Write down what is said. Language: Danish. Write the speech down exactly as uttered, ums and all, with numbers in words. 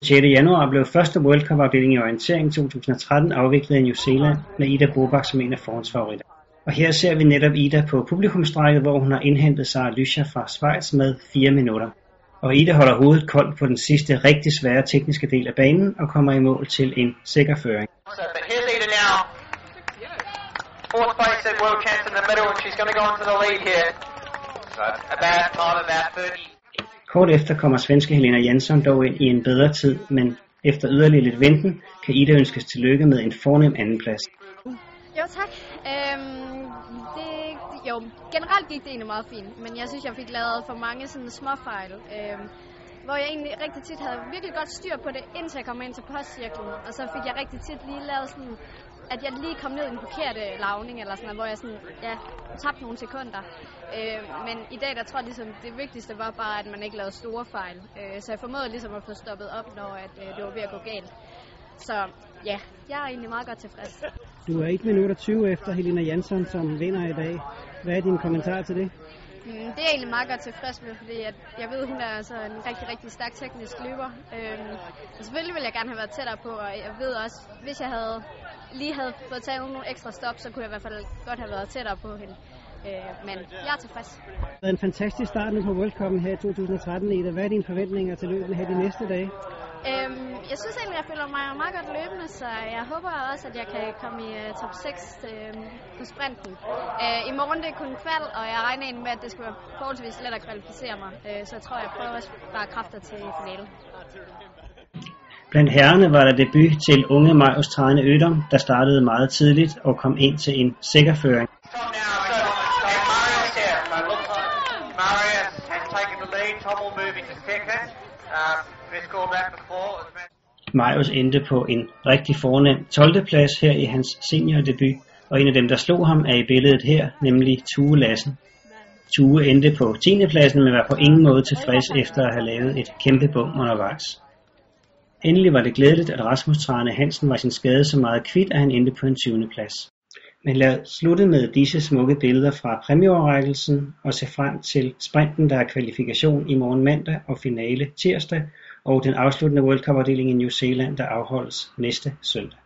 sjette januar blev første World Cup-afdeling i orientering to tusind og tretten afviklet i New Zealand med Ida Bobak som en af forhåndsfavoritter. Og her ser vi netop Ida på publikumsstrækket, hvor hun har indhentet Sarah Lyscher fra Schweiz med fire minutter. Og Ida holder hovedet koldt på den sidste rigtig svære tekniske del af banen og kommer i mål til en sikker føring. Kort efter kommer svenske Helena Jansson dog ind i en bedre tid, men efter yderligere lidt venten kan Ida ønskes tillykke med en fornem andenplads. Jo tak. Øhm, det, jo, generelt gik det egentlig meget fint, men jeg synes, jeg fik lavet for mange sådan småfejl, øhm, hvor jeg egentlig rigtig tit havde virkelig godt styr på det, indtil jeg kom ind til postcirklen, og så fik jeg rigtig tit lige lavet sådan, at jeg lige kom ned i den forkerte lavning, eller sådan noget, hvor jeg sådan, ja, tabte nogle sekunder. Øh, men i dag, der tror jeg ligesom, det vigtigste var bare, at man ikke lavede store fejl. Øh, så jeg formåede ligesom at få stoppet op, når at, øh, det var ved at gå galt. Så ja, jeg er egentlig meget godt tilfreds. Du er et minut og tyve efter Helena Jansson, som vinder i dag. Hvad er din kommentar til det? Mm, det er jeg egentlig meget godt tilfreds med, fordi at jeg ved, at hun er altså en rigtig, rigtig stærk teknisk løber. Øhm, og selvfølgelig ville jeg gerne have været tættere på, og jeg ved også, hvis jeg havde lige havde fået taget nogle ekstra stop, så kunne jeg i hvert fald godt have været tættere på hende. Øh, men jeg er tilfreds. Det har været en fantastisk start nu på World Cup'en her i to tusind og tretten, Ida. Hvad er dine forventninger til løbet her de næste dage? Øhm, jeg synes egentlig, jeg føler mig meget godt løbende, så jeg håber også, at jeg kan komme i uh, top seks uh, på sprinten. Uh, I morgen det er kun kval, og jeg regner egentlig med, at det skal være forholdsvis let at kvalificere mig. Uh, så jeg tror, jeg prøver at spare kræfter til finalen. Blandt herrerne var der debut til unge Marius Trane Ødom, der startede meget tidligt og kom ind til en sikker føring. Marius endte på en rigtig fornem tolvte plads her i hans seniordebut, og en af dem, der slog ham, er i billedet her, nemlig Tue Lassen. Tue endte på tiende pladsen, men var på ingen måde tilfreds efter at have lavet et kæmpe bum undervejs. Endelig var det glædeligt, at Rasmus Trane Hansen var sin skade så meget kvit, at han endte på en tyvende plads. Men lad os slutte med disse smukke billeder fra præmieoverrækkelsen og se frem til sprinten, der er kvalifikation i morgen mandag og finale tirsdag, og den afsluttende World Cup-afdeling i New Zealand, der afholdes næste søndag.